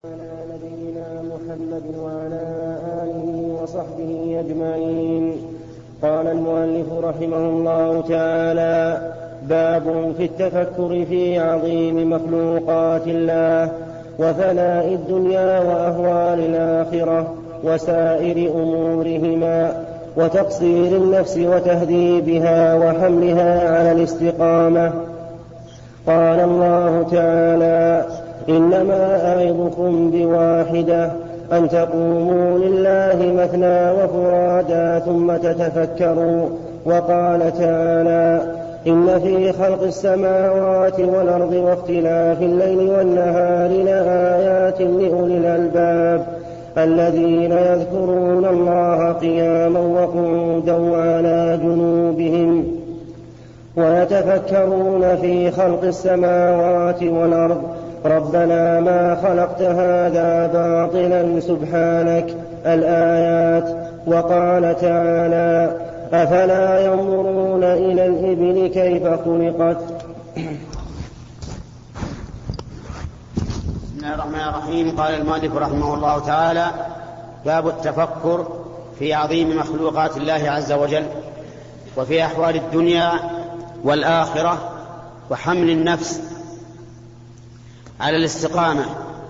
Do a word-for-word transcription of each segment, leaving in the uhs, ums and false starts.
على نبينا محمد وعلى آله وصحبه أجمعين. قال المؤلف رحمه الله تعالى: باب في التفكر في عظيم مخلوقات الله وفناء الدنيا وأهوال الآخرة وسائر أمورهما وتقصير النفس وتهذيبها وحملها على الاستقامة. قال الله تعالى: إنما أعظكم بواحدة أن تقوموا لله مثنى وفرادا ثم تتفكروا. وقال تعالى: إن في خلق السماوات والأرض واختلاف الليل والنهار لآيات لأولي الألباب الذين يذكرون الله قياما وقعودا وعلى جنوبهم ويتفكرون في خلق السماوات والأرض ربنا ما خلقت هذا باطلا سبحانك. الآيات. وقال تعالى: أفلا ينظرون إلى الإبل كيف خلقت. بسم الله الرحمن الرحيم. قال المؤلف رحمه الله تعالى: باب التفكر في عظيم مخلوقات الله عز وجل وفي أحوال الدنيا والآخرة وحمل النفس على الاستقامة.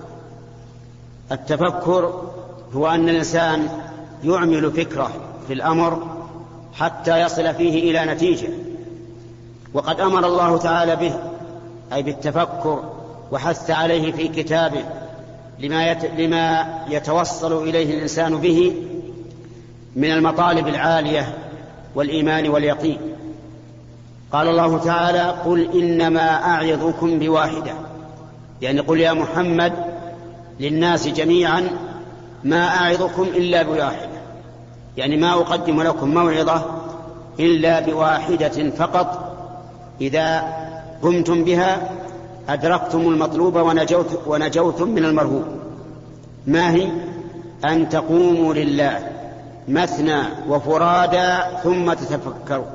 التفكر هو أن الإنسان يعمل فكره في الأمر حتى يصل فيه إلى نتيجة، وقد أمر الله تعالى به أي بالتفكر وحث عليه في كتابه لما يتوصل إليه الإنسان به من المطالب العالية والإيمان واليقين. قال الله تعالى: قل إنما أعظكم بواحدة، يعني قل يا محمد للناس جميعا ما أعظكم إلا بواحدة، يعني ما أقدم لكم موعظة إلا بواحدة فقط، إذا قمتم بها أدركتم المطلوب ونجوت ونجوتم من المرهوب. ما هي؟ أن تقوموا لله مثنى وفرادا ثم تتفكروا.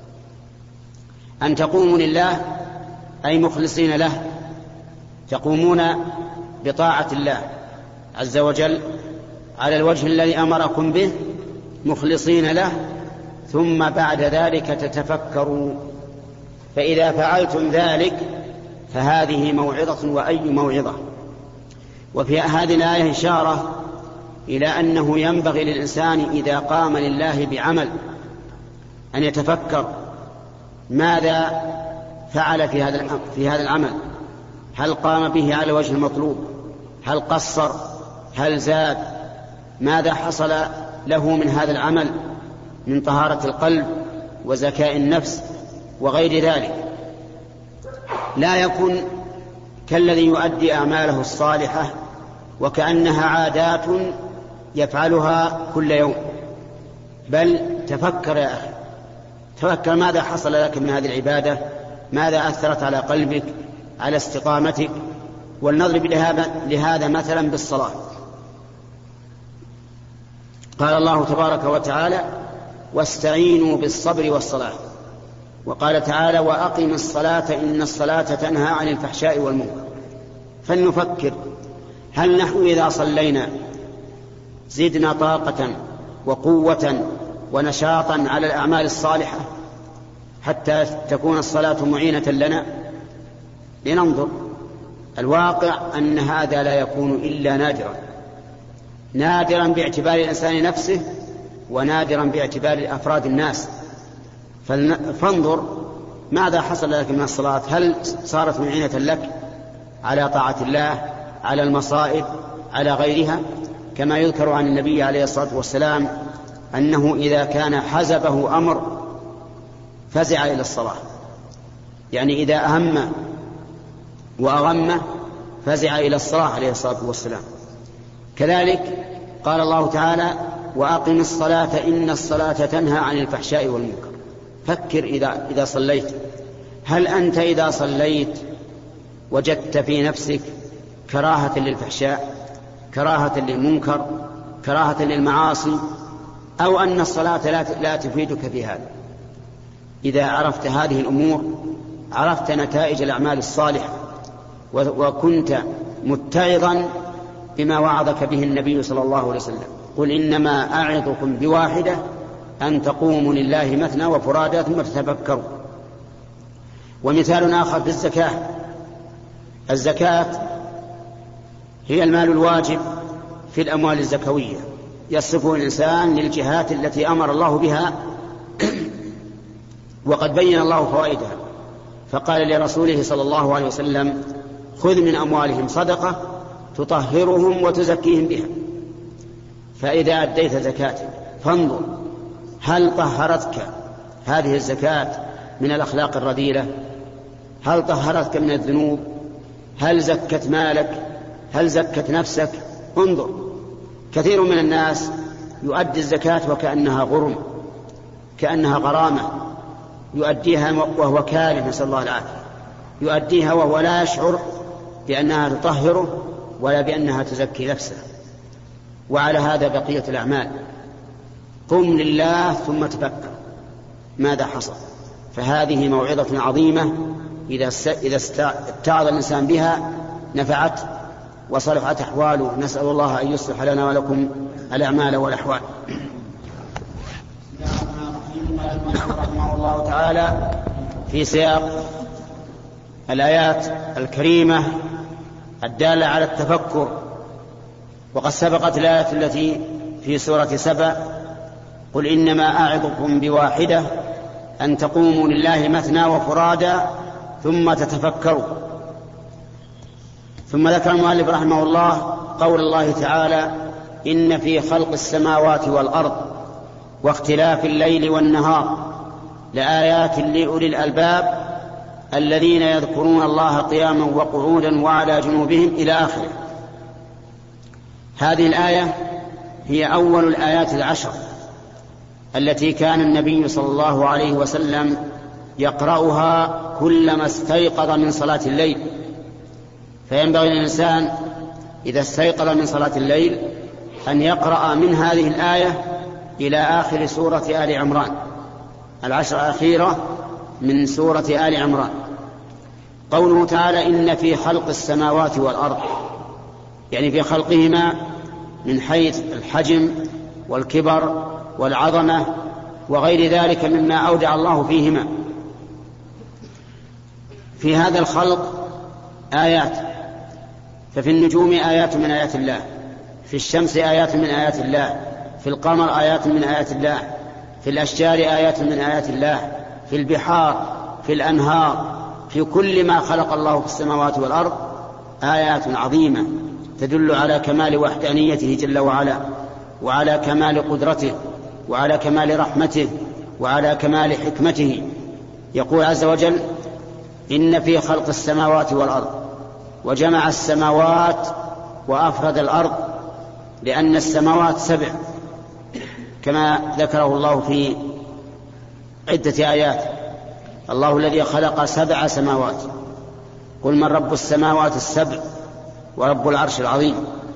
أن تقوموا لله أي مخلصين له، تقومون بطاعة الله عز وجل على الوجه الذي أمركم به مخلصين له، ثم بعد ذلك تتفكروا. فإذا فعلتم ذلك فهذه موعظة وأي موعظة. وفي هذه الآية إشارة إلى أنه ينبغي للإنسان إذا قام لله بعمل أن يتفكر ماذا فعل في هذا في هذا العمل، هل قام به على وجه المطلوب، هل قصر، هل زاد، ماذا حصل له من هذا العمل من طهارة القلب وزكاء النفس وغير ذلك. لا يكن كالذي يؤدي أعماله الصالحة وكأنها عادات يفعلها كل يوم، بل تفكر يا أخي، تفكر ماذا حصل لك من هذه العبادة، ماذا أثرت على قلبك، على استقامتك. ولنضرب لهذا مثلا بالصلاة. قال الله تبارك وتعالى: واستعينوا بالصبر والصلاة. وقال تعالى: وأقم الصلاة إن الصلاة تنهى عن الفحشاء والمنكر. فلنفكر، هل نحن إذا صلينا زدنا طاقة وقوة ونشاطا على الأعمال الصالحة حتى تكون الصلاة معينة لنا؟ لننظر. الواقع أن هذا لا يكون إلا نادرا، نادرا باعتبار الإنسان نفسه ونادرا باعتبار أفراد الناس. فانظر ماذا حصل لك من الصلاة، هل صارت معينة لك على طاعة الله، على المصائب، على غيرها؟ كما يذكر عن النبي عليه الصلاة والسلام أنه إذا كان حزبه أمر فزع إلى الصلاة، يعني إذا أهم وأغم فزع إلى الصلاة عليه الصلاة والسلام. كذلك قال الله تعالى: وأقم الصلاة إن الصلاة تنهى عن الفحشاء والمنكر. فكر إذا, إذا صليت، هل أنت إذا صليت وجدت في نفسك كراهة للفحشاء، كراهة للمنكر، كراهة للمعاصي، أو أن الصلاة لا, لا تفيدك في هذا؟ إذا عرفت هذه الأمور عرفت نتائج الأعمال الصالحة وكنت متعظا بما وعظك به النبي صلى الله عليه وسلم. قل إنما أعظكم بواحدة أن تقوموا لله مثنى وفرادى ثم تتفكروا. ومثال آخر في الزكاة. الزكاة هي المال الواجب في الأموال الزكوية يصرفه الإنسان للجهات التي أمر الله بها وقد بين الله فوائدها، فقال لرسوله صلى الله عليه وسلم: خذ من أموالهم صدقة تطهرهم وتزكيهم بها. فإذا أديت زكاة فانظر هل طهرتك هذه الزكاة من الأخلاق الرذيلة؟ هل طهرتك من الذنوب؟ هل زكت مالك؟ هل زكت نفسك؟ انظر. كثير من الناس يؤدي الزكاة وكأنها غرم، كأنها غرامة، يؤديها وهو كاره، نسأل الله العافية، يؤديها وهو لا يشعر بأنها تطهره ولا بأنها تزكي نفسه. وعلى هذا بقية الأعمال. قم لله ثم تفكر ماذا حصل. فهذه موعظة عظيمة إذا اتعظ الإنسان بها نفعت وصلحت أحواله. نسأل الله أن يصلح لنا ولكم الأعمال والأحوال. رحمه الله تعالى في سياق الآيات الكريمة الدالة على التفكر. وقد سبقت الآية التي في سورة سبأ: قل إنما أعظكم بواحدة أن تقوموا لله مثنى وفرادى ثم تتفكروا. ثم ذكر المؤلف رحمه الله قول الله تعالى: إن في خلق السماوات والأرض واختلاف الليل والنهار لآيات لأولي الألباب الذين يذكرون الله قياما وقعودا وعلى جنوبهم إلى آخره. هذه الآية هي أول الآيات العشر التي كان النبي صلى الله عليه وسلم يقرأها كلما استيقظ من صلاة الليل. فينبغي للإنسان إذا استيقظ من صلاة الليل أن يقرأ من هذه الآية إلى آخر سورة آل عمران، العشر الأخيرة من سورة آل عمران. قوله تعالى: إن في خلق السماوات والأرض، يعني في خلقهما من حيث الحجم والكبر والعظمة وغير ذلك مما أودع الله فيهما. في هذا الخلق آيات، ففي النجوم آيات من آيات الله، في الشمس آيات من آيات الله، في القمر آيات من آيات الله، في الأشجار آيات من آيات الله، في البحار، في الأنهار، في كل ما خلق الله في السماوات والأرض آيات عظيمة تدل على كمال وحدانيته جل وعلا، وعلى كمال قدرته، وعلى كمال رحمته، وعلى كمال حكمته. يقول عز وجل: إن في خلق السماوات والأرض، وجمع السماوات وأفرد الأرض لأن السماوات سبع كما ذكره الله في عدة آيات: الله الذي خلق سبع سماوات، قل من رب السماوات السبع ورب العرش العظيم.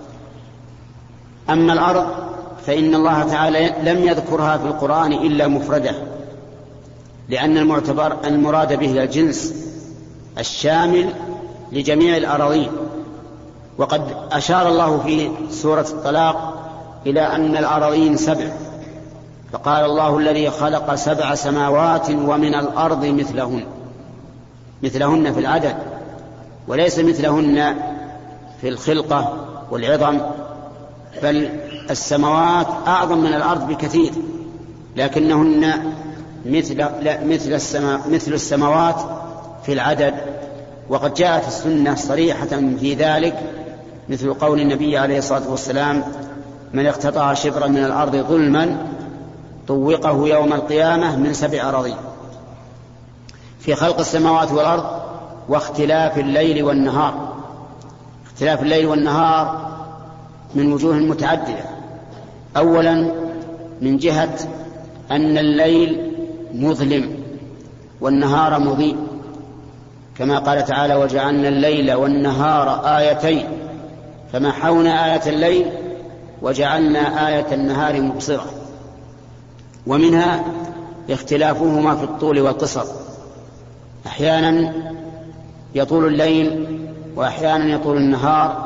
أما الأرض فإن الله تعالى لم يذكرها في القرآن إلا مفردة، لأن المعتبر المراد به الجنس الشامل لجميع الأراضين. وقد أشار الله في سورة الطلاق إلى أن الأراضين سبع، فقال: الله الذي خلق سبع سماوات ومن الأرض مثلهن، مثلهن في العدد وليس مثلهن في الخلقة والعظم، بل السماوات أعظم من الأرض بكثير، لكنهن مثل, مثل, السما مثل السماوات في العدد. وقد جاءت السنة صريحة في ذلك، مثل قول النبي عليه الصلاة والسلام: من اقتطع شبرا من الأرض ظلما طوقه يوم القيامة من سبع أراضين. في خلق السماوات والأرض واختلاف الليل والنهار. اختلاف الليل والنهار من وجوه متعددة. أولا من جهة أن الليل مظلم والنهار مضيء، كما قال تعالى: وجعلنا الليل والنهار آيتين فمحونا آية الليل وجعلنا آية النهار مبصرة. ومنها اختلافهما في الطول والقصر، أحيانا يطول الليل وأحيانا يطول النهار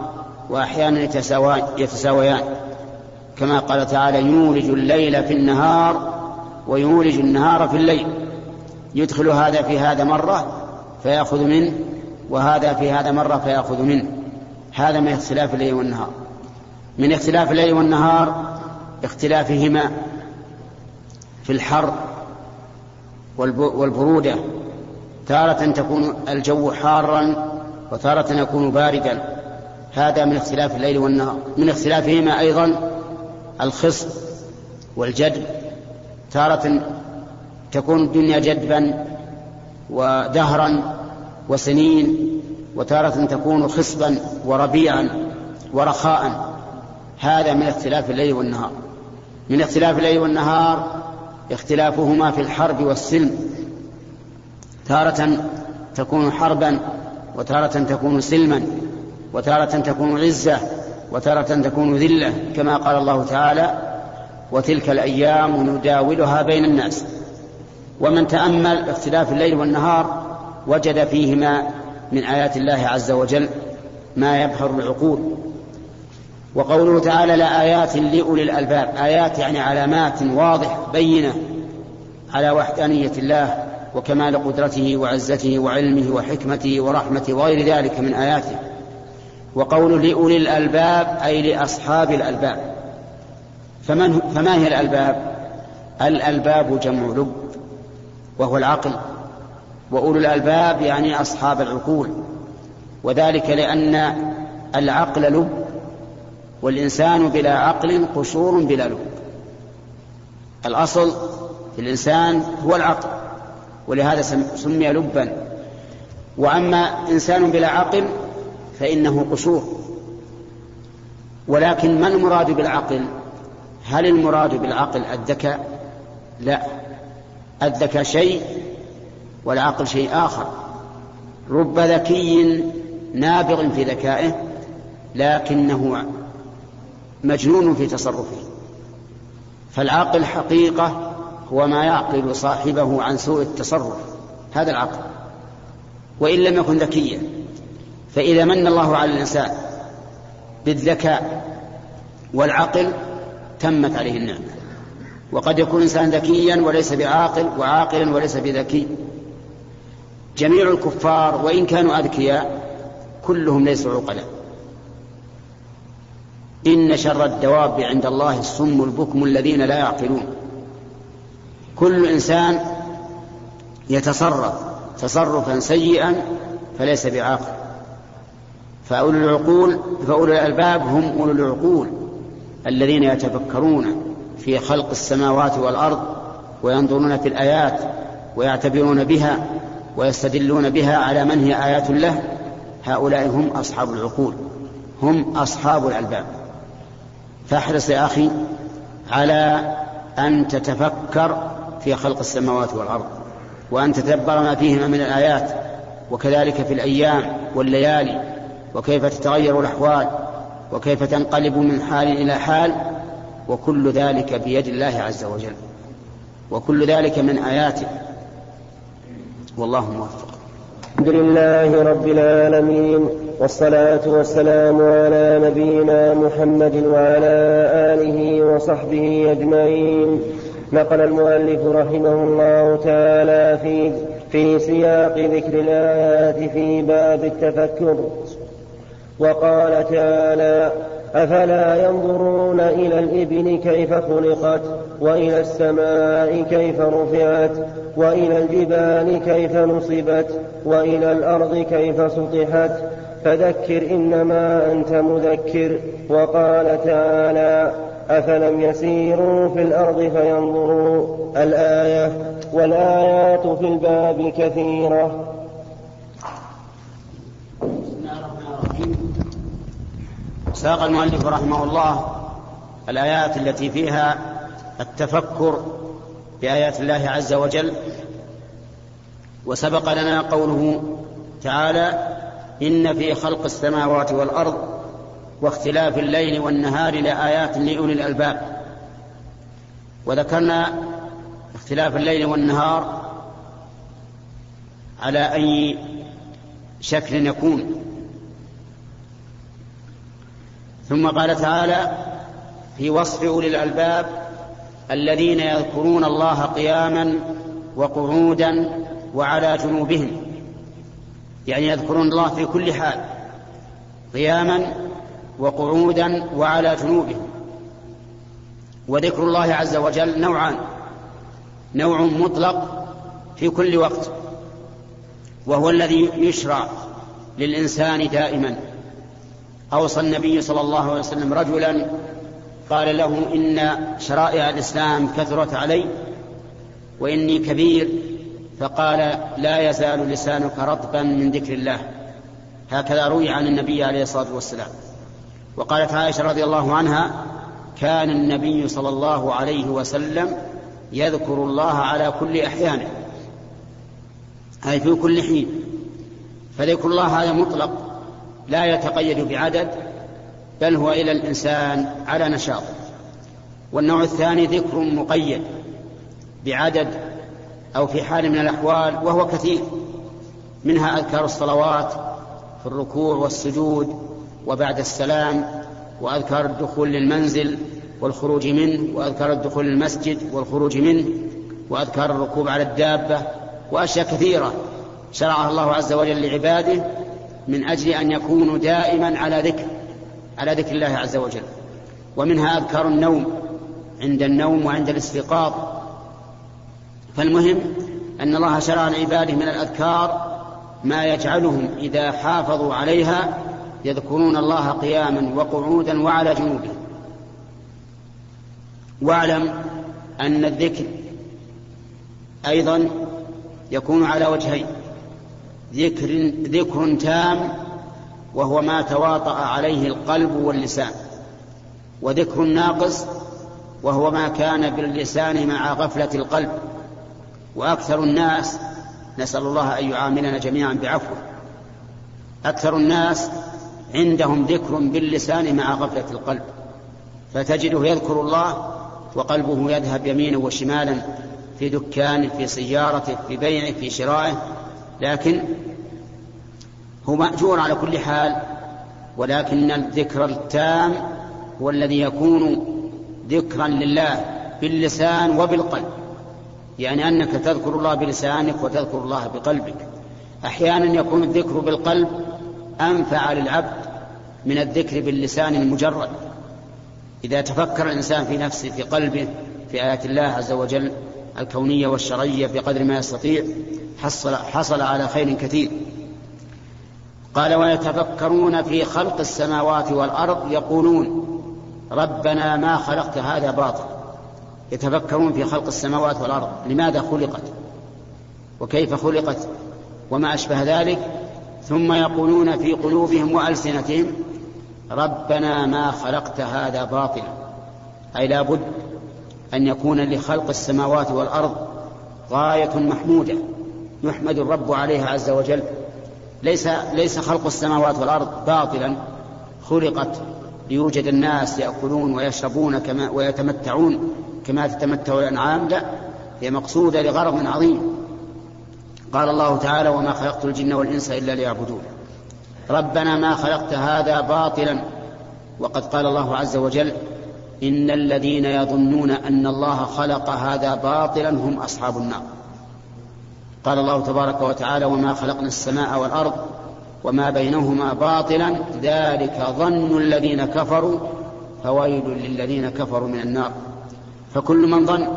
وأحيانا يتساويان، كما قال تعالى يولج الليل في النهار ويولج النهار في الليل، يدخل هذا في هذا مرة فيأخذ منه، وهذا في هذا مرة فيأخذ منه. هذا من اختلاف الليل والنهار. من اختلاف الليل والنهار اختلافهما في الحر والبرودة، تارة تكون الجو حارا وتارة يكون باردا، هذا من اختلاف الليل والنهار. من اختلافهما أيضا الخصب والجدب، تارة تكون الدنيا جدبا ودهرا وسنين، وتارة تكون خصبا وربيعا ورخاء، هذا من اختلاف الليل والنهار. من اختلاف الليل والنهار اختلافهما في الحرب والسلم، تارة تكون حربا وتارة تكون سلما، وتارة تكون عزة وتارة تكون ذلة، كما قال الله تعالى وتلك الأيام نداولها بين الناس. ومن تأمل اختلاف الليل والنهار وجد فيهما من آيات الله عز وجل ما يبهر العقول. وقوله تعالى لآيات لأولي الألباب، آيات يعني علامات واضحة بينة على وحدانية الله وكمال قدرته وعزته وعلمه وحكمته ورحمته وغير ذلك من آياته. وقول لأولي الألباب أي لأصحاب الألباب. فمن فما هي الألباب؟ الألباب جمع لب وهو العقل، وأولو الألباب يعني أصحاب العقول، وذلك لأن العقل لب والإنسان بلا عقل قشور بلا لب. الأصل في الإنسان هو العقل، ولهذا سمي لبا. وأما إنسان بلا عقل فإنه قشور. ولكن ما المراد بالعقل؟ هل المراد بالعقل الذكاء؟ لا، الذكاء شيء والعقل شيء آخر. رب ذكي نابغ في ذكائه لكنه مجنون في تصرفه. فالعقل حقيقة هو ما يعقل صاحبه عن سوء التصرف، هذا العقل، وإن لم يكن ذكيا. فإذا من الله على الإنسان بالذكاء والعقل تمت عليه النعمة. وقد يكون إنسان ذكيا وليس بعاقل، وعاقلا وليس بذكي. جميع الكفار وإن كانوا أذكياء كلهم ليسوا عقلاء. إن شر الدواب عند الله الصم البكم الذين لا يعقلون. كل إنسان يتصرف تصرفا سيئا فليس بعاقل. فأولو العقول فأولو الألباب هم أولو العقول الذين يتفكرون في خلق السماوات والأرض وينظرون في الآيات ويعتبرون بها ويستدلون بها على من هي آيات الله. هؤلاء هم أصحاب العقول، هم أصحاب الألباب. فاحرص يا أخي على أن تتفكر في خلق السماوات والأرض وأن تتدبر ما فيهما من الآيات، وكذلك في الأيام والليالي، وكيف تتغير الأحوال وكيف تنقلب من حال إلى حال، وكل ذلك بيد الله عز وجل، وكل ذلك من آياته. والله موفق. الحمد لله رب العالمين، والصلاة والسلام على نبينا محمد وعلى آله وصحبه أجمعين. نقل المؤلف رحمه الله تعالى في, في سياق ذكر الآيات في باب التفكر، وقال تعالى أفلا ينظرون إلى الإبل كيف خلقت، وإلى السماء كيف رفعت، وإلى الجبال كيف نصبت، وإلى الأرض كيف سطحت، فذكر إنما أنت مذكر. وقال تعالى أفلم يسيروا في الأرض فينظروا الآية. والآيات في الباب كثيرة. ساق المؤلف رحمه الله الآيات التي فيها التفكر بآيات الله عز وجل. وسبق لنا قوله تعالى إن في خلق السماوات والأرض واختلاف الليل والنهار لآيات لأولي الألباب. وذكرنا اختلاف الليل والنهار على أي شكل يكون. ثم قال تعالى في وصف أولي الألباب: الذين يذكرون الله قياما وقعودا وعلى جنوبهم، يعني يذكرون الله في كل حال، قياما وقعودا وعلى جنوبهم. وذكر الله عز وجل نوعان: نوع مطلق في كل وقت، وهو الذي يشرع للإنسان دائما. أوصى النبي صلى الله عليه وسلم رجلا قال له: إن شرائع الإسلام كثرت علي وإني كبير، فقال: لا يزال لسانك رطبا من ذكر الله. هكذا روي عن النبي عليه الصلاة والسلام. وقالت عائشة رضي الله عنها: كان النبي صلى الله عليه وسلم يذكر الله على كل أحيانه، أي في كل حين. فذكر الله هذا مطلق لا يتقيد بعدد، بل هو إلى الإنسان على نشاط. والنوع الثاني ذكر مقيد بعدد أو في حال من الأحوال، وهو كثير، منها أذكار الصلوات في الركوع والسجود وبعد السلام، وأذكار الدخول للمنزل والخروج منه، وأذكار الدخول للمسجد والخروج منه، وأذكار الركوب على الدابة، وأشياء كثيرة شرعها الله عز وجل لعباده من أجل أن يكونوا دائما على ذكر على ذكر الله عز وجل. ومنها أذكار النوم عند النوم وعند الاستيقاظ. فالمهم أن الله شرع لعباده من الأذكار ما يجعلهم إذا حافظوا عليها يذكرون الله قياما وقعودا وعلى جنوبهم. واعلم أن الذكر أيضا يكون على وجهين: ذكر, ذكر تام وهو ما تواطأ عليه القلب واللسان، وذكر ناقص وهو ما كان باللسان مع غفلة القلب. وأكثر الناس، نسأل الله أن يعاملنا جميعا بعفوه، أكثر الناس عندهم ذكر باللسان مع غفلة القلب، فتجده يذكر الله وقلبه يذهب يمينا وشمالا في دكانه، في سيارته، في بيعه، في شرائه، لكن هو مأجور على كل حال. ولكن الذكر التام هو الذي يكون ذكرا لله باللسان وبالقلب، يعني أنك تذكر الله بلسانك وتذكر الله بقلبك. أحيانا يكون الذكر بالقلب أنفع للعبد من الذكر باللسان المجرد. إذا تفكر الإنسان في نفسه في قلبه في آيات الله عز وجل الكونية والشرعية بقدر ما يستطيع حصل, حصل على خير كثير. قال: ويتفكرون في خلق السماوات والأرض يقولون ربنا ما خلقت هذا باطل. يتفكرون في خلق السماوات والأرض، لماذا خلقت وكيف خلقت وما أشبه ذلك. ثم يقولون في قلوبهم وألسنتهم ربنا ما خلقت هذا باطلا، أي لا بد أن يكون لخلق السماوات والأرض غاية محمودة يحمد الرب عليها عز وجل. ليس, ليس خلق السماوات والأرض باطلا، خلقت ليوجد الناس يأكلون ويشربون كما ويتمتعون كما تتمتع الأنعام، لا، هي مقصودة لغرض عظيم. قال الله تعالى: وما خلقت الجن والإنس إلا ليعبدون. ربنا ما خلقت هذا باطلا. وقد قال الله عز وجل: إن الذين يظنون أن الله خلق هذا باطلا هم أصحاب النار. قال الله تبارك وتعالى: وما خلقنا السماء والأرض وما بينهما باطلا ذلك ظن الذين كفروا فويل للذين كفروا من النار. فكل من ظن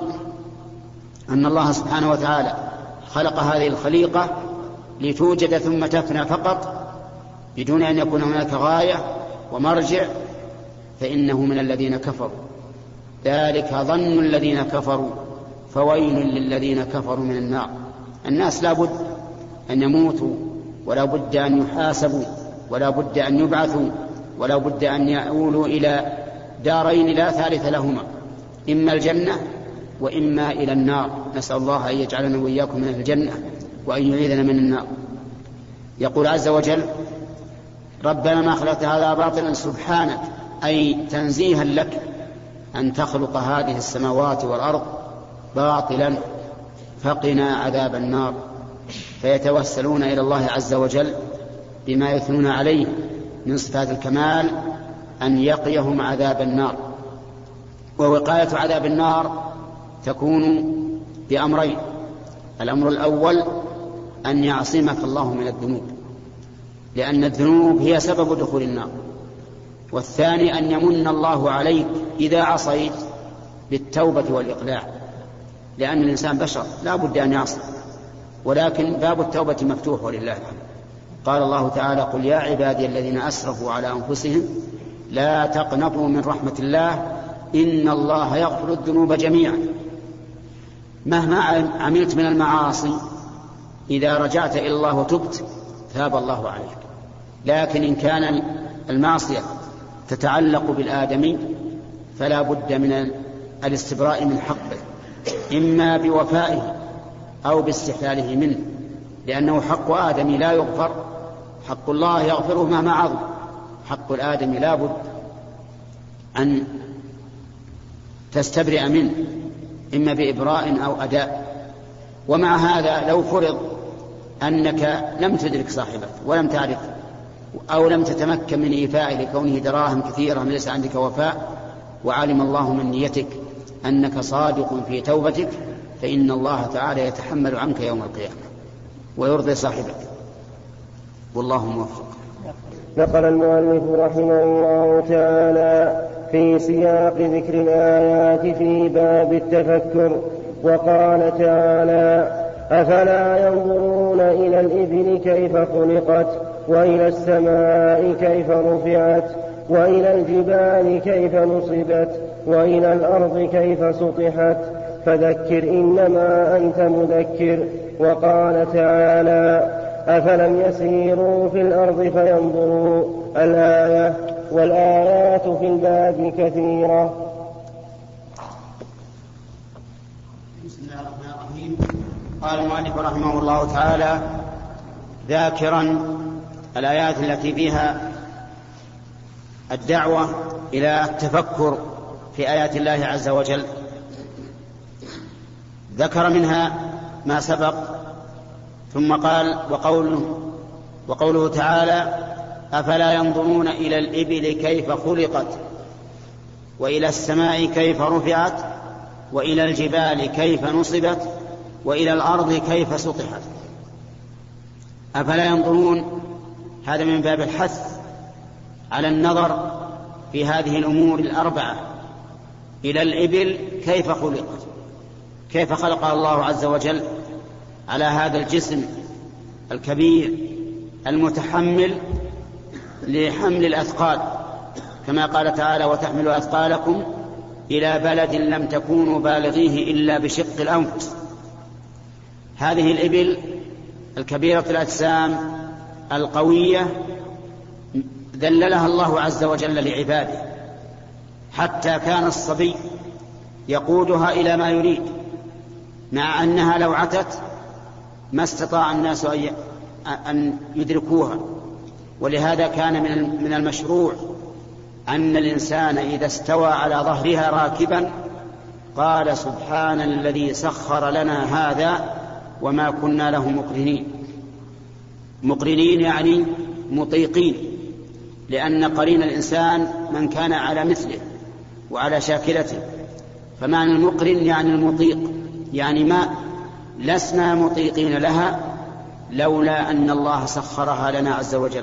أن الله سبحانه وتعالى خلق هذه الخليقة لتوجد ثم تفنى فقط بدون أن يكون هناك غاية ومرجع فإنه من الذين كفروا. ذلك ظن الذين كفروا فويل للذين كفروا من النار. الناس لا بد أن يموتوا، ولا بد أن يحاسبوا، ولا بد أن يبعثوا، ولا بد أن يؤولوا إلى دارين لا ثالث لهما، إما الجنة وإما إلى النار. نسأل الله أن يجعلنا وإياكم من الجنة وأن يعيذنا من النار. يقول عز وجل: ربنا ما خلقت هذا باطلا سبحانك، أي تنزيها لك أن تخلق هذه السماوات والأرض باطلا، فقنا عذاب النار. فيتوسلون إلى الله عز وجل بما يثنون عليه من صفات الكمال أن يقيهم عذاب النار. ووقاية عذاب النار تكون بأمرين: الأمر الأول أن يعصمك الله من الذنوب، لأن الذنوب هي سبب دخول النار. والثاني أن يمن الله عليك إذا عصيت بالتوبة والإقلاع، لأن الإنسان بشر لا بد أن يعصي، ولكن باب التوبة مفتوح ولله الحمد. قال الله تعالى: قل يا عبادي الذين أسرفوا على أنفسهم لا تقنطوا من رحمة الله إن الله يغفر الذنوب جميعا. مهما عملت من المعاصي إذا رجعت إلى الله وتبت تاب الله عليك. لكن إن كان المعصية تتعلق بالآدمي فلا بد من الاستبراء من حقه، إما بوفائه أو باستحلاله منه، لأنه حق آدمي لا يغفر، حق الله يغفره مهما عظم، حق الآدمي لا بد أن تستبرئ منه، إما بإبراء أو أداء. ومع هذا لو فرض أنك لم تدرك صاحبك ولم تعرف أو لم تتمكن من إيفائه لكونه دراهم كثيرة ليس عندك وفاء، وعلم الله من نيتك أنك صادق في توبتك، فإن الله تعالى يتحمل عنك يوم القيامة ويرضي صاحبك، والله موفق. نقل المؤلف رحمه الله تعالى في سياق ذكر الآيات في باب التفكر، وقال تعالى: أفلا ينظرون إلى الإبل كيف خلقت، وإلى السماء كيف رفعت، وإلى الجبال كيف نصبت، وإلى الأرض كيف سطحت، فذكر إنما أنت مذكر. وقال تعالى: أفلم يسيروا في الأرض فينظروا الآية. والآيات في الباب كثيرة. بسم الله الرحمن الرحيم. قال المؤلف رحمه الله تعالى ذاكرا الآيات التي فيها الدعوة إلى التفكر في آيات الله عز وجل، ذكر منها ما سبق، ثم قال: وقوله, وقوله تعالى: أفلا ينظرون إلى الإبل كيف خلقت، وإلى السماء كيف رفعت، وإلى الجبال كيف نصبت، وإلى الأرض كيف سطحت. أفلا ينظرون، هذا من باب الحث على النظر في هذه الأمور الأربعة. إلى الإبل كيف خلقت، كيف خلقها الله عز وجل على هذا الجسم الكبير المتحمل لحمل الأثقال، كما قال تعالى: وتحملوا أثقالكم إلى بلد لم تكونوا بالغيه إلا بشق الأنفس. هذه الإبل الكبيرة الأجسام القوية ذللها الله عز وجل لعباده، حتى كان الصبي يقودها إلى ما يريد، مع أنها لو عتت ما استطاع الناس أن يدركوها. ولهذا كان من المشروع أن الإنسان إذا استوى على ظهرها راكبا قال: سبحان الذي سخر لنا هذا وما كنا له مقرنين. مقرنين يعني مطيقين، لأن قرين الإنسان من كان على مثله وعلى شاكلته، فمعنى المقرن يعني المطيق، يعني ما لسنا مطيقين لها لولا أن الله سخرها لنا عز وجل.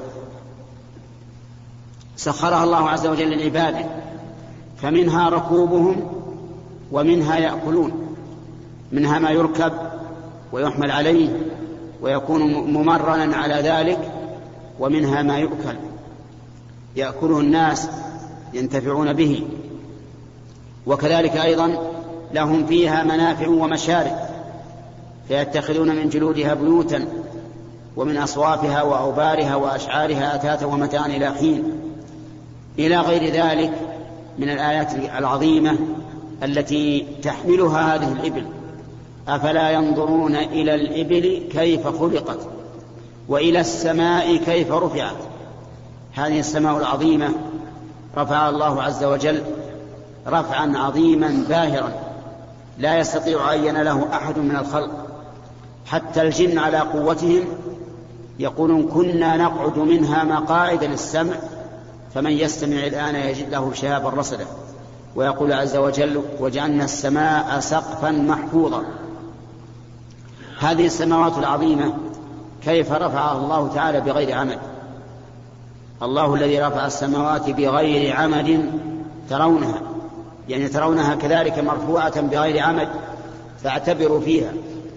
سخرها الله عز وجل للعباده، فمنها ركوبهم ومنها يأكلون، منها ما يركب ويحمل عليه ويكون ممرنا على ذلك، ومنها ما يؤكل يأكله الناس ينتفعون به. وكذلك أيضا لهم فيها منافع ومشارب، فيتخذون من جلودها بيوتا ومن أصوافها وأوبارها وأشعارها أثاثا ومتاعا إلى حين، إلى غير ذلك من الآيات العظيمة التي تحملها هذه الإبل. أفلا ينظرون إلى الإبل كيف خلقت، وإلى السماء كيف رفعت. هذه السماء العظيمة رفع الله عز وجل رفعا عظيما باهرا لا يستطيع أن له أحد من الخلق، حتى الجن على قوتهم يقولون: كنا نقعد منها مقاعد للسمع فمن يستمع الآن يجد له شهابا رصدا. ويقول عز وجل وجعلنا السماء سقفا محفوظا. هذه السماوات العظيمة كيف رفعها الله تعالى بغير عمد؟ الله الذي رفع السماوات بغير عمد ترونها، يعني ترونها كذلك مرفوعة بغير عمد، فاعتبروا فيها.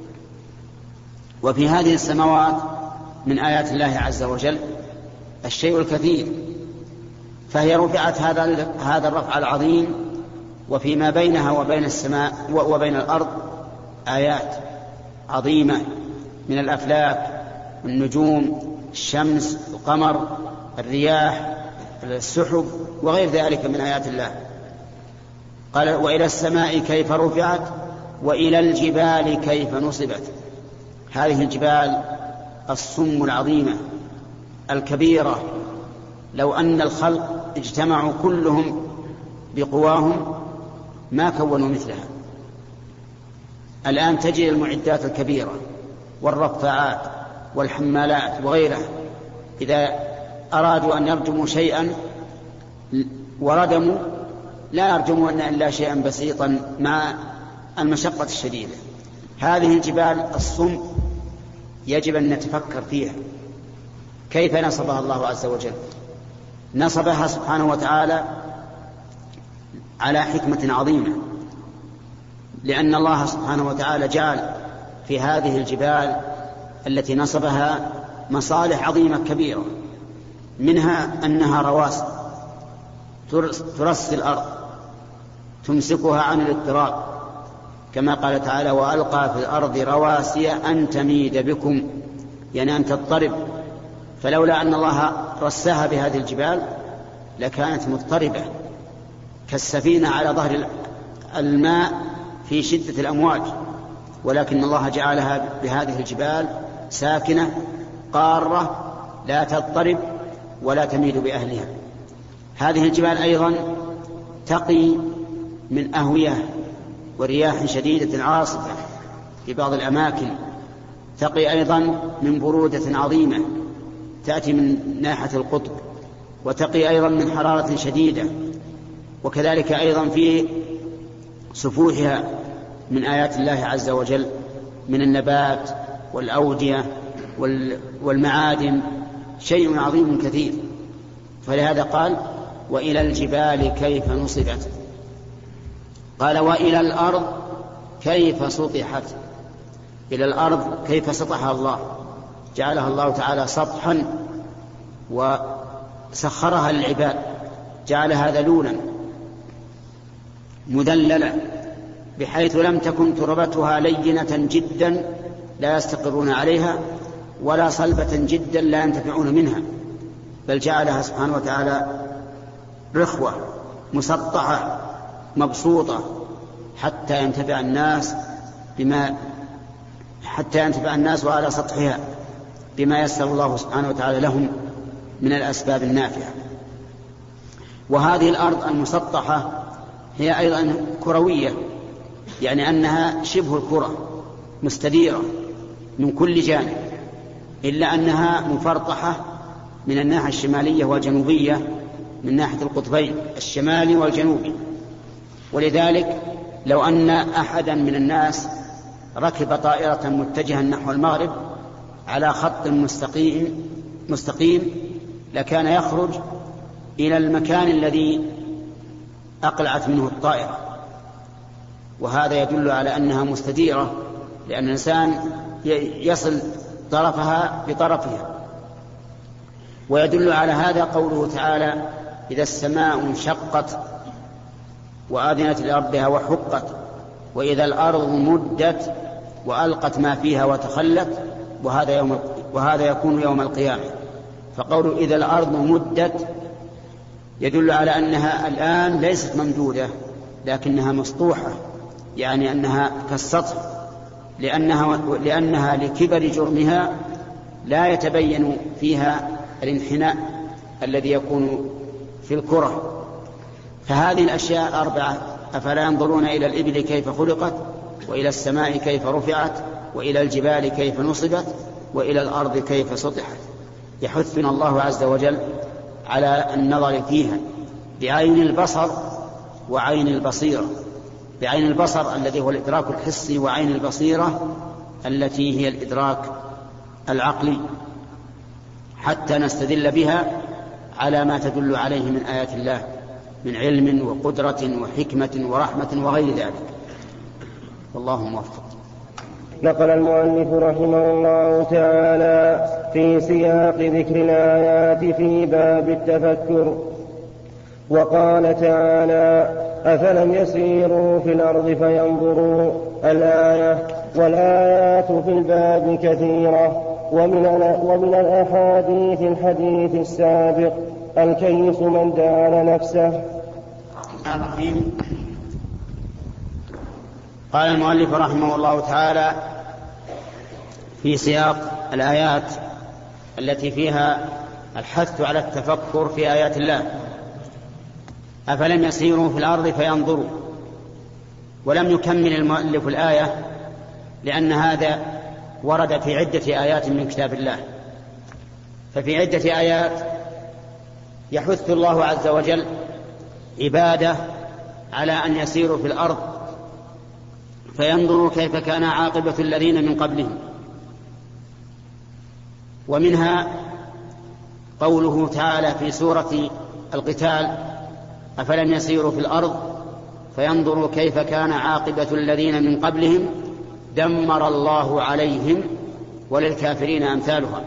وفي هذه السماوات من آيات الله عز وجل الشيء الكثير، فهي رفعت هذا هذا الرفع العظيم، وفيما بينها وبين السماء وبين الأرض آيات عظيمة من الأفلاك، النجوم، الشمس، القمر، الرياح، السحب وغير ذلك من آيات الله. قال وإلى السماء كيف رفعت وإلى الجبال كيف نصبت. هذه الجبال الصم العظيمة الكبيرة، لو أن الخلق اجتمعوا كلهم بقواهم ما كونوا مثلها. الآن تجد المعدات الكبيرة والرفاعات والحمالات وغيرها، إذا أرادوا أن يرجموا شيئا وردموا لا يرجمون إلا شيئا بسيطا مع المشقة الشديدة. هذه الجبال الصم يجب أن نتفكر فيها كيف نصبها الله عز وجل. نصبها سبحانه وتعالى على حكمة عظيمة، لأن الله سبحانه وتعالى جعل في هذه الجبال التي نصبها مصالح عظيمة كبيرة، منها أنها رواسي ترسي الأرض تمسكها عن الاضطراب، كما قال تعالى وألقى في الأرض رواسي أن تميد بكم، يعني أن تضطرب. فلولا أن الله رساها بهذه الجبال لكانت مضطربة كالسفينة على ظهر الماء في شدة الأمواج، ولكن الله جعلها بهذه الجبال ساكنة قارة لا تضطرب ولا تميد بأهلها. هذه الجبال أيضا تقي من أهوية ورياح شديدة عاصفة في بعض الأماكن، تقي أيضا من برودة عظيمة تأتي من ناحية القطب، وتقي أيضا من حرارة شديدة. وكذلك أيضا في سفوحها من آيات الله عز وجل من النبات والأودية والمعادن شيء عظيم كثير. فلهذا قال وإلى الجبال كيف نصبت. قال وإلى الأرض كيف سطحت. إلى الأرض كيف سطحها الله، جعلها الله تعالى سطحا وسخرها للعباد، جعلها ذلولا مذللا بحيث لم تكن تربتها لينة جدا لا يستقرون عليها ولا صلبة جدا لا ينتفعون منها، بل جعلها سبحانه وتعالى رخوة مسطحة مبسوطة حتى ينتفع الناس بما حتى ينتفع الناس على سطحها بما يسر الله سبحانه وتعالى لهم من الأسباب النافعة. وهذه الأرض المسطحة هي أيضا كروية، يعني أنها شبه الكرة مستديرة من كل جانب، إلا أنها مفرطحة من الناحية الشمالية والجنوبية من ناحية القطبين الشمالي والجنوبي. ولذلك لو أن أحدا من الناس ركب طائرة متجها نحو المغرب على خط مستقيم مستقيم لكان يخرج إلى المكان الذي أقلعت منه الطائرة، وهذا يدل على أنها مستديرة، لأن الإنسان يصل طرفها بطرفها. ويدل على هذا قوله تعالى إذا السماء انشقت وآذنت لربها وحقت وإذا الأرض مدت وألقت ما فيها وتخلت، وهذا, يوم وهذا يكون يوم القيامة. فقوله إذا الأرض مدت يدل على أنها الآن ليست ممدودة لكنها مسطوحة، يعني أنها كالسطح، لأنها, لأنها لكبر جرمها لا يتبين فيها الانحناء الذي يكون في الكرة. فهذه الأشياء الأربعة أفلا ينظرون إلى الإبل كيف خلقت وإلى السماء كيف رفعت وإلى الجبال كيف نصبت وإلى الأرض كيف سطحت. يحثنا الله عز وجل على النظر فيها بعين البصر وعين البصيرة، بعين البصر الذي هو الإدراك الحسي، وعين البصيرة التي هي الإدراك العقلي، حتى نستدل بها على ما تدل عليه من آيات الله من علم وقدرة وحكمة ورحمة وغير ذلك. والله موفق. نقل المؤلف رحمه الله تعالى في سياق ذكر الآيات في باب التفكر، وقال تعالى: أفلم يسيروا في الأرض فينظروا الآية. والآيات في الباب كثيرة، ومن, ومن الأحاديث الحديث السابق: الكيس من دان نفسه. قال المؤلف رحمه الله تعالى في سياق الآيات التي فيها الحث على التفكر في آيات الله: أفلم يسيروا في الأرض فينظروا. ولم يكمل المؤلف الآية لأن هذا ورد في عدة آيات من كتاب الله. ففي عدة آيات يحث الله عز وجل عباده على أن يسيروا في الأرض فينظروا كيف كان عاقبة الذين من قبلهم. ومنها قوله تعالى في سورة القتال: أفلم يسيروا في الأرض فينظروا كيف كان عاقبة الذين من قبلهم دمر الله عليهم وللكافرين أمثالها.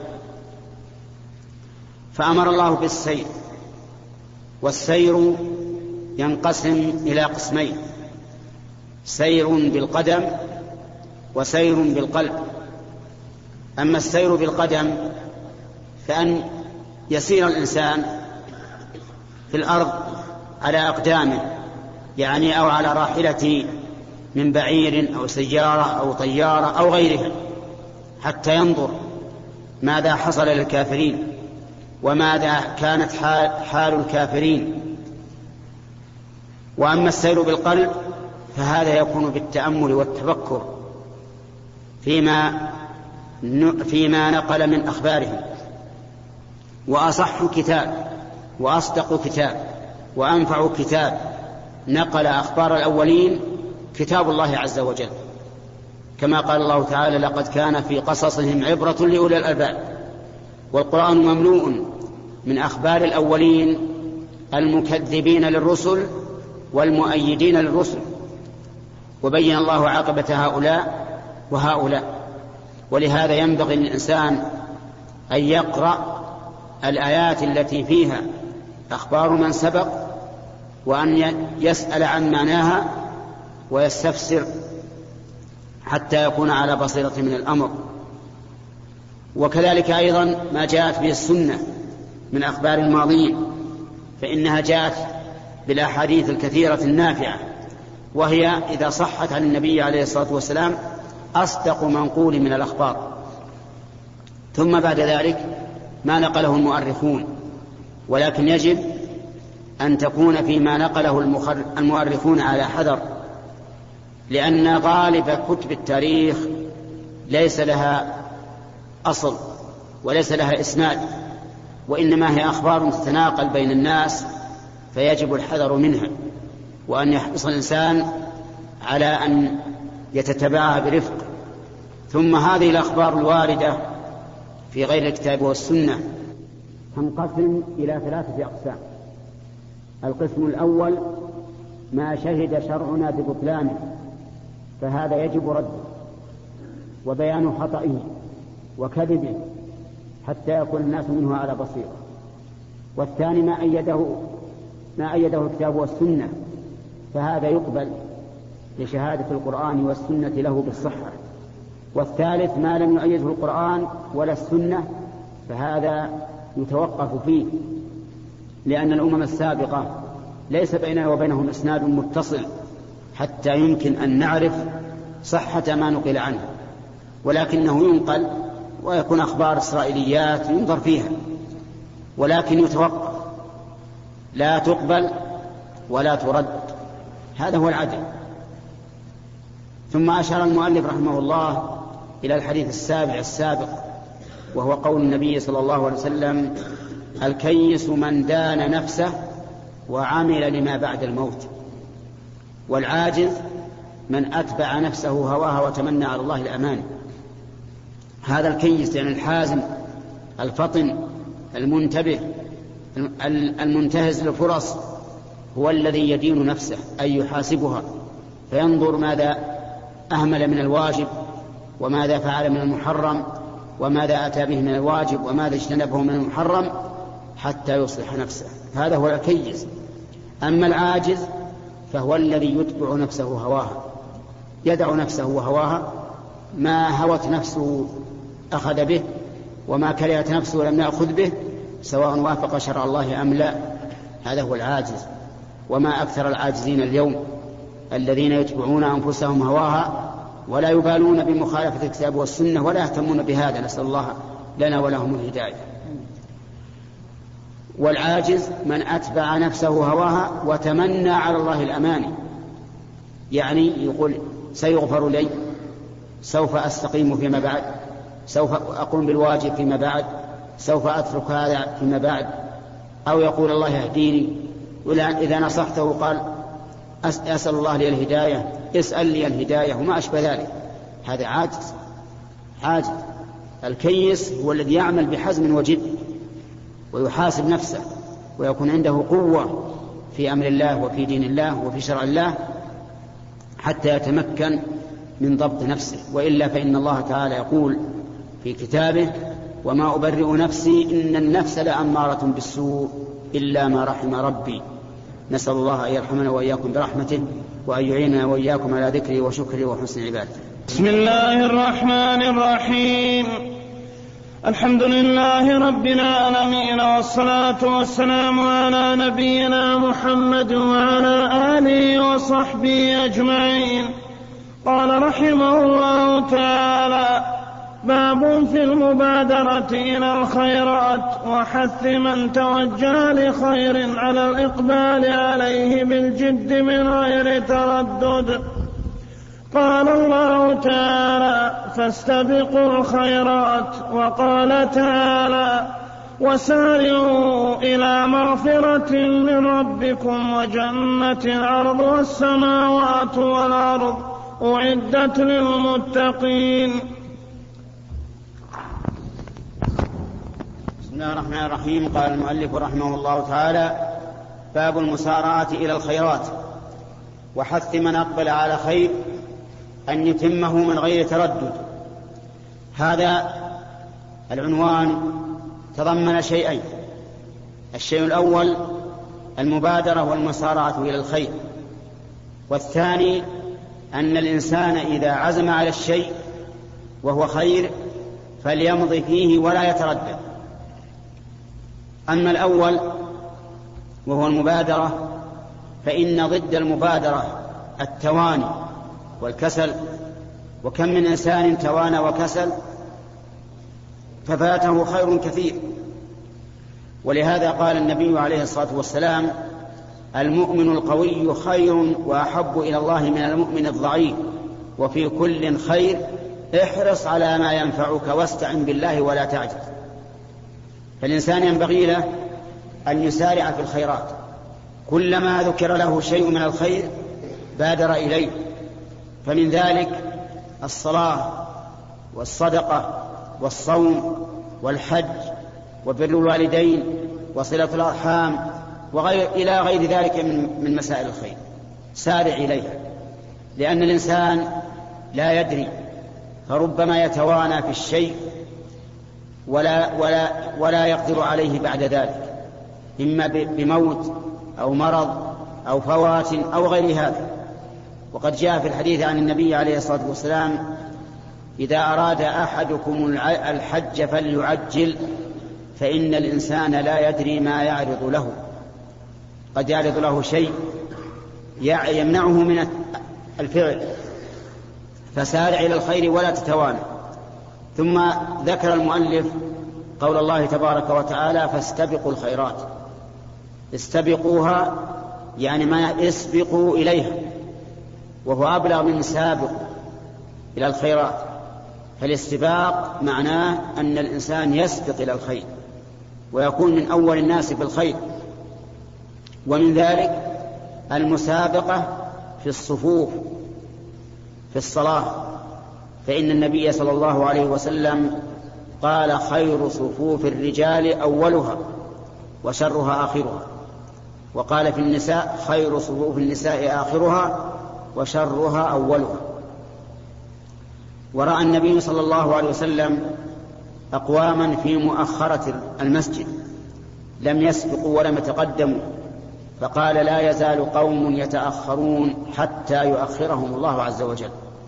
فأمر الله بالسير، والسير ينقسم إلى قسمين: سير بالقدم وسير بالقلب. أما السير بالقدم فأن يسير الإنسان في الأرض على أقدامه، يعني أو على راحلة من بعير أو سيارة أو طيارة أو غيرها، حتى ينظر ماذا حصل للكافرين وماذا كانت حال الكافرين. وأما السير بالقلب فهذا يكون بالتأمل والتفكر فيما فيما نقل من أخبارهم. وأصح كتاب وأصدق كتاب وأنفع كتاب نقل أخبار الأولين كتاب الله عز وجل، كما قال الله تعالى: لقد كان في قصصهم عبرة لأولي الألباب. والقرآن مملوء من أخبار الأولين المكذبين للرسل والمؤيدين للرسل، وبين الله عاقبة هؤلاء وهؤلاء. ولهذا ينبغي للإنسان أن يقرأ الآيات التي فيها أخبار من سبق، وأن يسأل عن معناها ويستفسر حتى يكون على بصيرة من الأمر. وكذلك أيضا ما جاءت به السنة من أخبار الماضين، فإنها جاءت بالأحاديث الكثيرة النافعة، وهي إذا صحت عن النبي عليه الصلاة والسلام أصدق منقول من الأخبار. ثم بعد ذلك ما نقله المؤرخون، ولكن يجب أن تكون فيما نقله المؤرخون على حذر، لأن غالب كتب التاريخ ليس لها أصل وليس لها إسناد، وإنما هي أخبار تتناقل بين الناس، فيجب الحذر منها، وأن يحرص الإنسان على أن يتتبعها برفق. ثم هذه الأخبار الواردة في غير الكتاب والسنة تنقسم إلى ثلاثة أقسام. القسم الأول: ما شهد شرعنا ببطلانه، فهذا يجب رده وبيان خطئه وكذبه حتى يكون الناس منه على بصيرة. والثاني: ما أيده ما أيده الكتاب والسنة، فهذا يقبل لشهادة القرآن والسنة له بالصحة. والثالث: ما لم يؤيده القرآن ولا السنة، فهذا يتوقف فيه، لأن الأمم السابقة ليس بيننا وبينهم إسناد متصل حتى يمكن أن نعرف صحة ما نقل عنه، ولكنه ينقل ويكون أخبار إسرائيليات ينظر فيها، ولكن يتوقف، لا تقبل ولا ترد. هذا هو العدل. ثم أشار المؤلف رحمه الله إلى الحديث السابع السابق، وهو قول النبي صلى الله عليه وسلم: الكيس من دان نفسه وعمل لما بعد الموت، والعاجز من أتبع نفسه هواها وتمنى على الله الأمان. هذا الكيس يعني الحازم الفطن المنتبه المنتهز للفرص هو الذي يدين نفسه أي يحاسبها، فينظر ماذا أهمل من الواجب وماذا فعل من المحرم وماذا أتى به من الواجب وماذا اجتنبه من المحرم حتى يصلح نفسه. هذا هو الكيس. أما العاجز فهو الذي يتبع نفسه هواها، يدع نفسه وهواها، ما هوت نفسه أخذ به وما كرهت نفسه لم يأخذ به، سواء وافق شرع الله أم لا. هذا هو العاجز. وما أكثر العاجزين اليوم الذين يتبعون أنفسهم هواها ولا يبالون بمخالفة الكتاب والسنة ولا يهتمون بهذا، نسأل الله لنا ولهم الهداية. والعاجز من أتبع نفسه هواها وتمنى على الله الأماني، يعني يقول سيغفر لي، سوف أستقيم فيما بعد، سوف أقوم بالواجب فيما بعد، سوف أترك هذا فيما بعد، أو يقول الله يهديني، إذا نصحته قال أسأل الله لي الهداية، اسأل لي الهداية وما أشبه ذلك. هذا عاجز. عاجز. الكيس هو الذي يعمل بحزم وجد ويحاسب نفسه ويكون عنده قوة في أمر الله وفي دين الله وفي شرع الله حتى يتمكن من ضبط نفسه. وإلا فإن الله تعالى يقول في كتابه وما أبرئ نفسي إن النفس لأمارة بالسوء إلا ما رحم ربي. نسأل الله أن يرحمنا وإياكم برحمته وأن يعيننا وإياكم على ذكره وشكره وحسن عبادته. بسم الله الرحمن الرحيم. الحمد لله رب العالمين، والصلاة والسلام على نبينا محمد وعلى آله وصحبه أجمعين. قال رحمه الله تعالى: باب في المبادرة إلى الخيرات وحث من توجه لخير على الإقبال عليه بالجد من غير تردد. قال الله تعالى: فاستبقوا الخيرات. وقال تعالى: وسارعوا إلى مغفرة من ربكم وجنة عرضها السماوات والأرض أعدت للمتقين. بسم الله الرحمن الرحيم. قال المؤلف رحمه الله تعالى: باب المسارعة إلى الخيرات وحث من أقبل على خير أن يتمه من غير تردد. هذا العنوان تضمن شيئين: الشيء الأول المبادرة والمسارعة إلى الخير، والثاني أن الإنسان إذا عزم على الشيء وهو خير فليمضي فيه ولا يتردد. أما الأول وهو المبادرة فإن ضد المبادرة التواني والكسل، وكم من إنسان توانى وكسل ففاته خير كثير. ولهذا قال النبي عليه الصلاة والسلام: المؤمن القوي خير وأحب إلى الله من المؤمن الضعيف، وفي كل خير، احرص على ما ينفعك واستعن بالله ولا تعجز. فالإنسان ينبغي له أن يسارع في الخيرات، كلما ذكر له شيء من الخير بادر إليه، فمن ذلك الصلاة والصدقة والصوم والحج وبر الوالدين وصلة الأرحام وغير إلى غير ذلك من من مسائل الخير. سارع إليها، لأن الإنسان لا يدري، فربما يتوانى في الشيء ولا ولا ولا يقدر عليه بعد ذلك، إما بموت أو مرض أو فوات أو غير هذا. وقد جاء في الحديث عن النبي عليه الصلاة والسلام: إذا أراد أحدكم الحج فليعجل، فإن الإنسان لا يدري ما يعرض له، قد يعرض له شيء يمنعه من الفعل، فسارع إلى الخير ولا تتوانى. ثم ذكر المؤلف قول الله تبارك وتعالى: فاستبقوا الخيرات. استبقوها يعني ما اسبقوا إليها، وهو أبلغ من سابق إلى الخيرات. فالاستباق معناه أن الإنسان يسبق إلى الخير، ويكون من أول الناس بالخير. ومن ذلك المسابقة في الصفوف في الصلاة، فإن النبي صلى الله عليه وسلم قال: خير صفوف الرجال أولها وشرها آخرها. وقال في النساء: خير صفوف النساء آخرها وشرها أولها. ورأى النبي صلى الله عليه وسلم أقواما في مؤخرة المسجد لم يسبقوا ولم يتقدموا، فقال: لا يزال قوم يتأخرون حتى يؤخرهم الله عز وجل.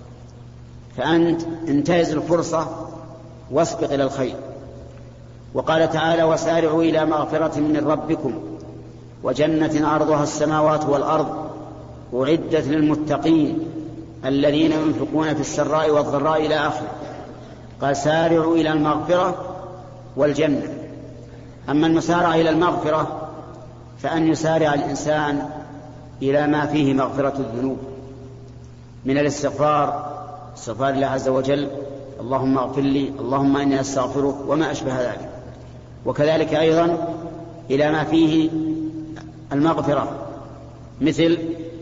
فأنت انتهز الفرصة واسبق إلى الخير. وقال تعالى: وسارعوا إلى مغفرة من ربكم وجنة عرضها السماوات والأرض أعدت للمتقين الذين ينفقون في السراء والضراء إلى آخره. قال: سارعوا إلى المغفرة والجنة. أما المسارعة إلى المغفرة فأن يسارع الإنسان إلى ما فيه مغفرة الذنوب من الاستغفار، استغفار الله عز وجل: اللهم اغفر لي، اللهم إني أستغفرك، وما أشبه ذلك. وكذلك أيضا إلى ما فيه المغفرة مثل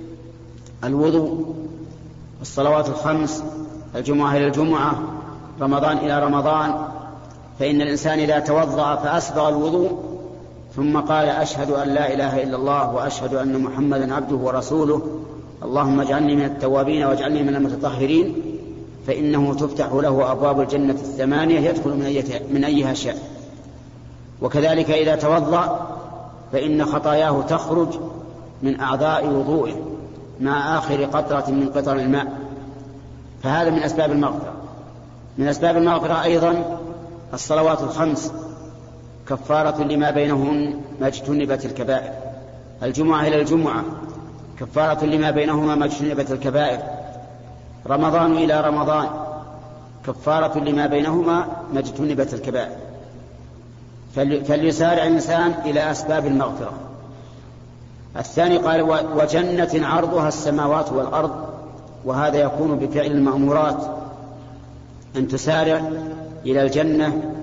الوضوء، الصلوات الخمس، الجمعة إلى الجمعة، رمضان إلى رمضان. فإن الإنسان إذا توضأ فأسبغ الوضوء ثم قال: أشهد أن لا إله إلا الله وأشهد أن محمدا عبده ورسوله، اللهم اجعلني من التوابين واجعلني من المتطهرين، فإنه تفتح له أبواب الجنة الثمانية يدخل من أيها شاء. وكذلك إذا توضأ فإن خطاياه تخرج من أعضاء وضوئه مع آخر قطرة من قطر الماء. فهذا من أسباب المغفرة. من أسباب المغفرة أيضا الصلوات الخمس كفارة لما بينهن ما اجتنبت الكبائر، الجمعة إلى الجمعة كفارة لما بينهما ما اجتنبت الكبائر، رمضان إلى رمضان كفارة لما بينهما ما اجتنبت الكبائر. فليسارع الإنسان إلى أسباب المغفرة. الثاني قال: وجنة عرضها السماوات والأرض، وهذا يكون بفعل المأمورات، أن تسارع إلى الجنة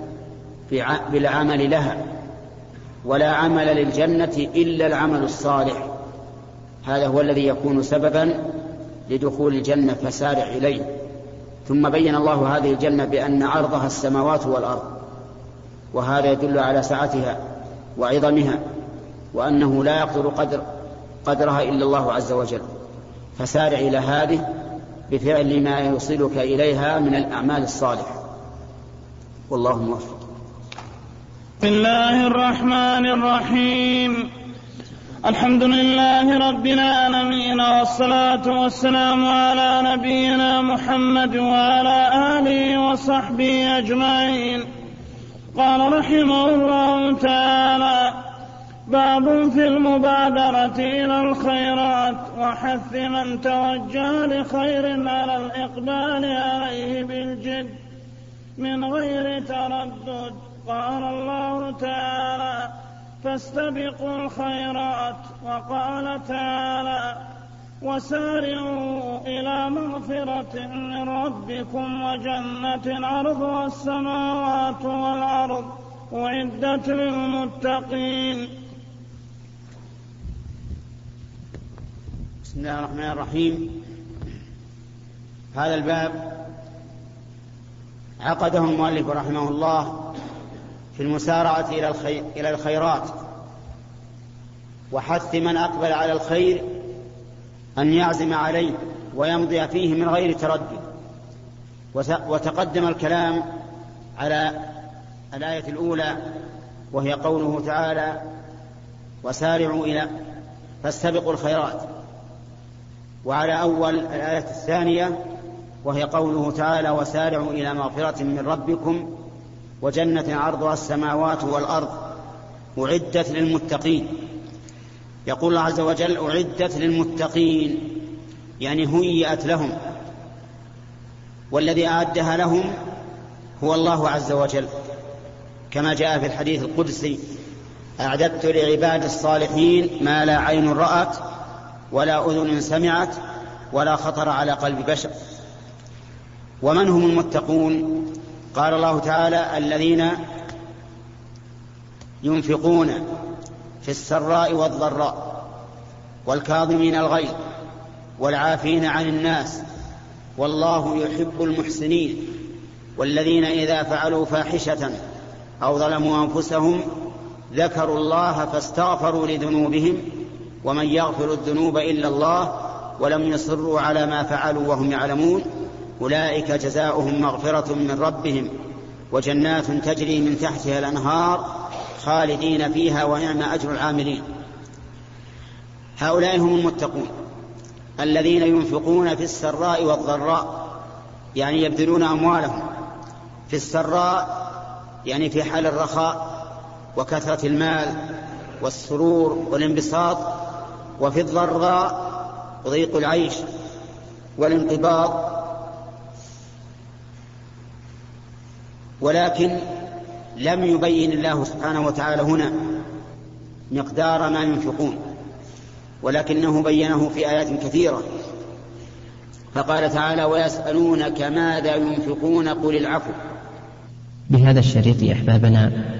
بالعمل لها، ولا عمل للجنة إلا العمل الصالح، هذا هو الذي يكون سببا لدخول الجنة، فسارع إليه. ثم بين الله هذه الجنة بأن عرضها السماوات والأرض، وهذا يدل على سعتها وعظمها، وأنه لا يقدر قدر قدرها إلا الله عز وجل. فسارع إلى هذه بفعل ما يوصلك إليها من الأعمال الصالحة، والله موفق. بسم الله الرحمن الرحيم. الحمد لله رب العالمين، والصلاة والسلام على نبينا محمد وعلى آله وصحبه أجمعين. قال رحمه الله تعالى: باب في المبادرة إلى الخيرات وحث من توجه لخير على الإقبال عليه بالجد من غير تردد. قال الله تعالى: فاستبقوا الخيرات. وقال تعالى: وسارعوا إلى مغفرة من ربكم وجنة عرضها السماوات والأرض أعدت للمتقين. بسم الله الرحمن الرحيم. هذا الباب عقده المؤلف رحمه الله في المسارعة إلى الخيرات، وحث من أقبل على الخير أن يعزم عليه ويمضي فيه من غير تردد. وتقدم الكلام على الآية الأولى وهي قوله تعالى: وسارعوا إلى فاستبقوا الخيرات، وعلى أول الآية الثانية وهي قوله تعالى: وسارعوا إلى مغفرة من ربكم وجنة عرضها السماوات والأرض أعدت للمتقين. يقول الله عز وجل: أعدت للمتقين، يعني هيئت لهم، والذي أعدها لهم هو الله عز وجل، كما جاء في الحديث القدسي: أعددت لعباد الصالحين ما لا عين رأت ولا أذن سمعت ولا خطر على قلب بشر. ومن هم المتقون؟ قال الله تعالى: الذين ينفقون في السراء والضراء والكاظمين الغيظ والعافين عن الناس والله يحب المحسنين والذين إذا فعلوا فاحشة أو ظلموا أنفسهم ذكروا الله فاستغفروا لذنوبهم ومن يغفر الذنوب إلا الله ولم يصروا على ما فعلوا وهم يعلمون أولئك جزاؤهم مغفرة من ربهم وجنات تجري من تحتها الأنهار خالدين فيها ونعم أجر العاملين. هؤلاء هم المتقون الذين ينفقون في السراء والضراء، يعني يبذلون أموالهم في السراء يعني في حال الرخاء وكثرة المال والسرور والانبساط، وفي الضراء ضيق العيش والانقباض. ولكن لم يبين الله سبحانه وتعالى هنا مقدار ما ينفقون، ولكنه بينه في آيات كثيرة، فقال تعالى ويسألونك ماذا ينفقون قل العفو. بهذا الشريط أحبابنا